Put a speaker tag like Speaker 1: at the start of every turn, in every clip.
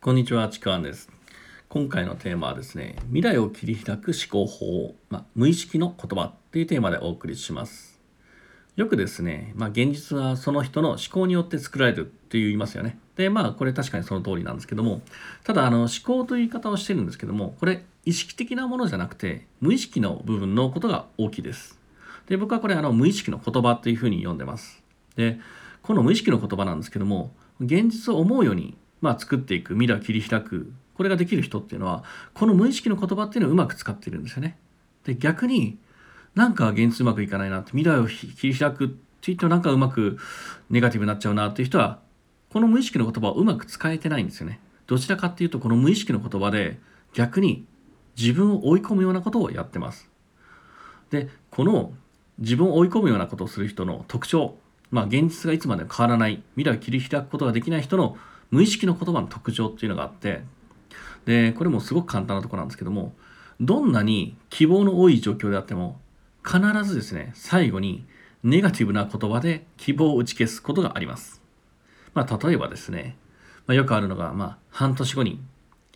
Speaker 1: こんにちは、ちくわんです。今回のテーマはですね、未来を切り開く思考法、無意識の言葉っていうテーマでお送りします。よくですね、現実はその人の思考によって作られるって言いますよね。で、これ確かにその通りなんですけども、ただ思考という言い方をしてるんですけども、これ意識的なものじゃなくて、無意識の部分のことが大きいです。で、僕はこれ無意識の言葉というふうに読んでます。で、この無意識の言葉なんですけども、現実を思うように作っていく、未来を切り開く、これができる人っていうのは、この無意識の言葉っていうのをうまく使っているんですよね。で、逆になんか現実うまくいかないなって、未来を切り開くって言ってもなんかうまくネガティブになっちゃうなっていう人は、この無意識の言葉をうまく使えてないんですよね。どちらかっていうと、この無意識の言葉で逆に自分を追い込むようなことをやってます。で、この自分を追い込むようなことをする人の特徴、現実がいつまでも変わらない、未来を切り開くことができない人の無意識の言葉の特徴っていうのがあって、で、これもすごく簡単なところなんですけども、どんなに希望の多い状況であっても、必ずですね、最後にネガティブな言葉で希望を打ち消すことがあります。例えばですね、よくあるのが、半年後に、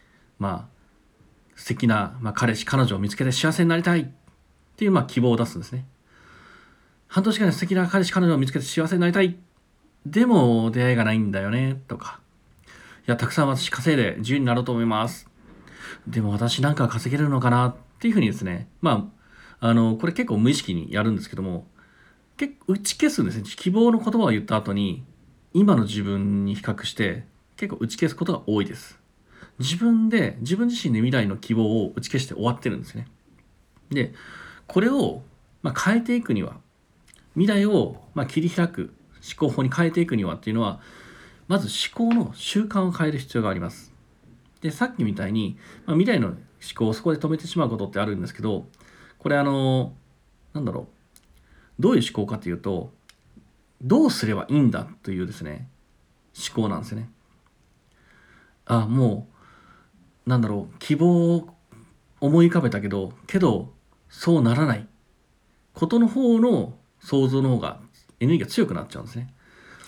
Speaker 1: 素敵な、彼氏、彼女を見つけて幸せになりたいっていう、希望を出すんですね。半年間に素敵な彼氏、彼女を見つけて幸せになりたい。でも、出会いがないんだよね、とか。いや、たくさん私稼いで自由になろうと思います。でも私なんか稼げるのかなっていうふうにですね、これ結構無意識にやるんですけども、結構打ち消すんですね。希望の言葉を言った後に、今の自分に比較して、結構打ち消すことが多いです。自分自身で未来の希望を打ち消して終わってるんですね。で、これを、変えていくには、未来を、切り開く思考法に変えていくにはっていうのは、まず思考の習慣を変える必要があります。で、さっきみたいに、未来の思考をそこで止めてしまうことってあるんですけど、これどういう思考かというと、どうすればいいんだというですね、思考なんですよね。もう、希望を思い浮かべたけど、そうならないことの方の想像の方が、エネルギーが強くなっちゃうんですね。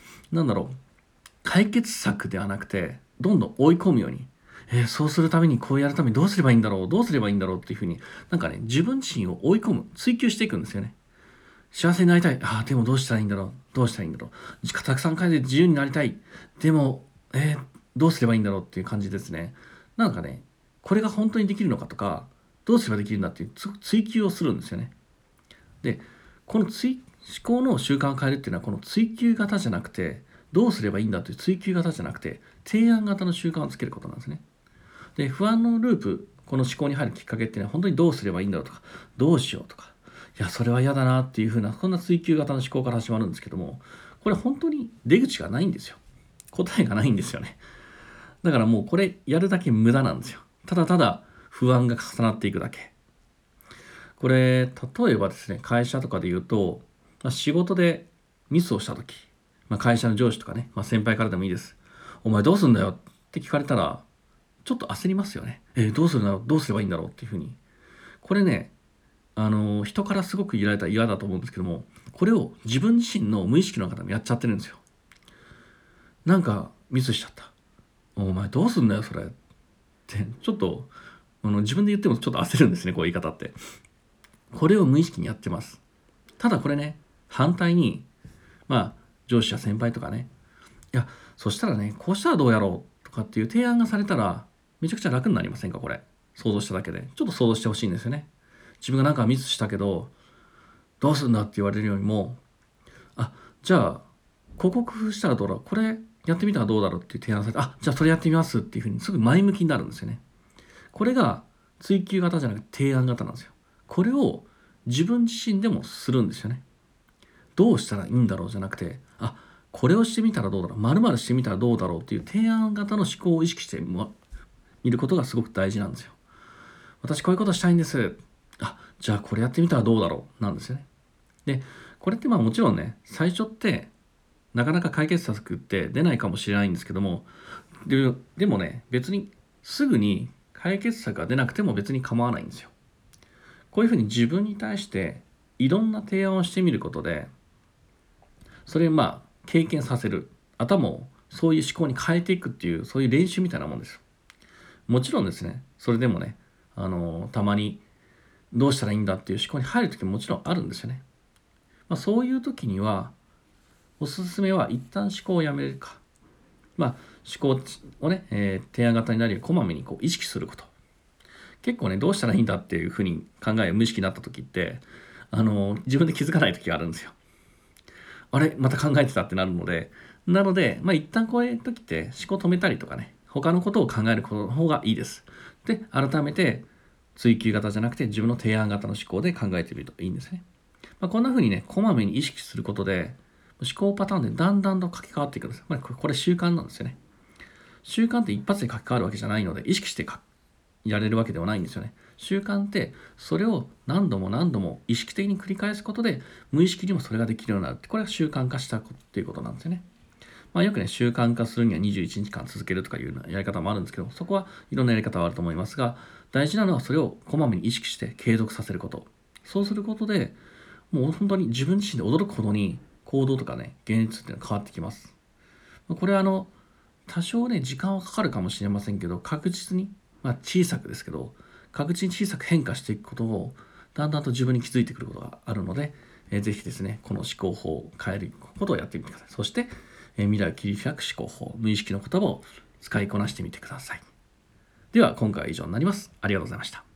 Speaker 1: 解決策ではなくて、どんどん追い込むように、そうするためにこうやるためにどうすればいいんだろうっていうふうに、自分自身を追い込む、追求していくんですよね。幸せになりたい。でもどうしたらいいんだろう。たくさん書いて自由になりたい。でも、どうすればいいんだろうっていう感じですね。これが本当にできるのかとか、どうすればできるんだっていう追求をするんですよね。で、この思考の習慣を変えるっていうのは、この追求型じゃなくて、どうすればいいんだという追求型じゃなくて、提案型の習慣をつけることなんですね。で、不安のループ、この思考に入るきっかけっていうのは、本当にどうすればいいんだろうとか、どうしようとか、いや、それは嫌だなっていう風な、そんな追求型の思考から始まるんですけども、これ本当に出口がないんですよ。答えがないんですよね。だからもうこれやるだけ無駄なんですよ。ただただ不安が重なっていくだけ。これ、例えばですね、会社とかで言うと、仕事でミスをしたとき、会社の上司とかね、先輩からでもいいです。お前どうすんだよって聞かれたら、ちょっと焦りますよね。どうするんだろう、どうすればいいんだろうっていうふうに。これね、人からすごく言われたら嫌だと思うんですけども、これを自分自身の無意識の方もやっちゃってるんですよ。なんかミスしちゃった。お前どうすんだよそれって、ちょっと自分で言ってもちょっと焦るんですね、こういう言い方って。これを無意識にやってます。ただこれね、反対に、上司や先輩とかね、いや、そしたらね、こうしたらどうやろうとかっていう提案がされたら、めちゃくちゃ楽になりませんか、これ。想像しただけで。ちょっと想像してほしいんですよね。自分がなんかミスしたけど、どうするんだって言われるよりも、じゃあ、ここ工夫したらどうだろう、これやってみたらどうだろうっていう提案されて、じゃあそれやってみますっていうふうにすぐ前向きになるんですよね。これが追求型じゃなくて提案型なんですよ。これを自分自身でもするんですよね。どうしたらいいんだろうじゃなくて、これをしてみたらどうだろう、〇〇してみたらどうだろうっていう提案型の思考を意識して見ることがすごく大事なんですよ。私こういうことしたいんです。じゃあこれやってみたらどうだろうなんですよね。で、これってもちろんね、最初ってなかなか解決策って出ないかもしれないんですけども、でもね、別にすぐに解決策が出なくても別に構わないんですよ。こういうふうに自分に対していろんな提案をしてみることで、それ経験させる、頭をそういう思考に変えていくっていう、そういう練習みたいなもんです。 もちろんですね、それでもね、たまにどうしたらいいんだっていう思考に入る時ももちろんあるんですよね。そういう時には、おすすめは一旦思考をやめるか。思考をね、提案型になるようにこまめに意識すること。結構ね、どうしたらいいんだっていうふうに考え無意識になった時って、自分で気づかない時があるんですよ。あれまた考えてたってなるので、一旦こういう時って思考止めたりとかね、他のことを考えることの方がいいです。で、改めて追求型じゃなくて自分の提案型の思考で考えてみるといいんですね。こんな風にね、こまめに意識することで、思考パターンでだんだんと書き換わっていくんです。これ習慣なんですよね。習慣って一発で書き換わるわけじゃないので、意識してやれるわけではないんですよね。習慣ってそれを何度も何度も意識的に繰り返すことで無意識にもそれができるようになるって、これが習慣化したっていうことなんですよね。よくね、習慣化するには21日間続けるとかいうようなやり方もあるんですけど、そこはいろんなやり方はあると思いますが、大事なのはそれをこまめに意識して継続させること。そうすることでもう本当に自分自身で驚くほどに行動とかね、現実っていうのは変わってきます。これは多少ね、時間はかかるかもしれませんけど、確実に、小さくですけど、確実に小さく変化していくことを、だんだんと自分に気づいてくることがあるので、ぜひですね、この思考法を変えることをやってみてください。そして、未来を切り開く思考法、無意識の言葉を使いこなしてみてください。では、今回は以上になります。ありがとうございました。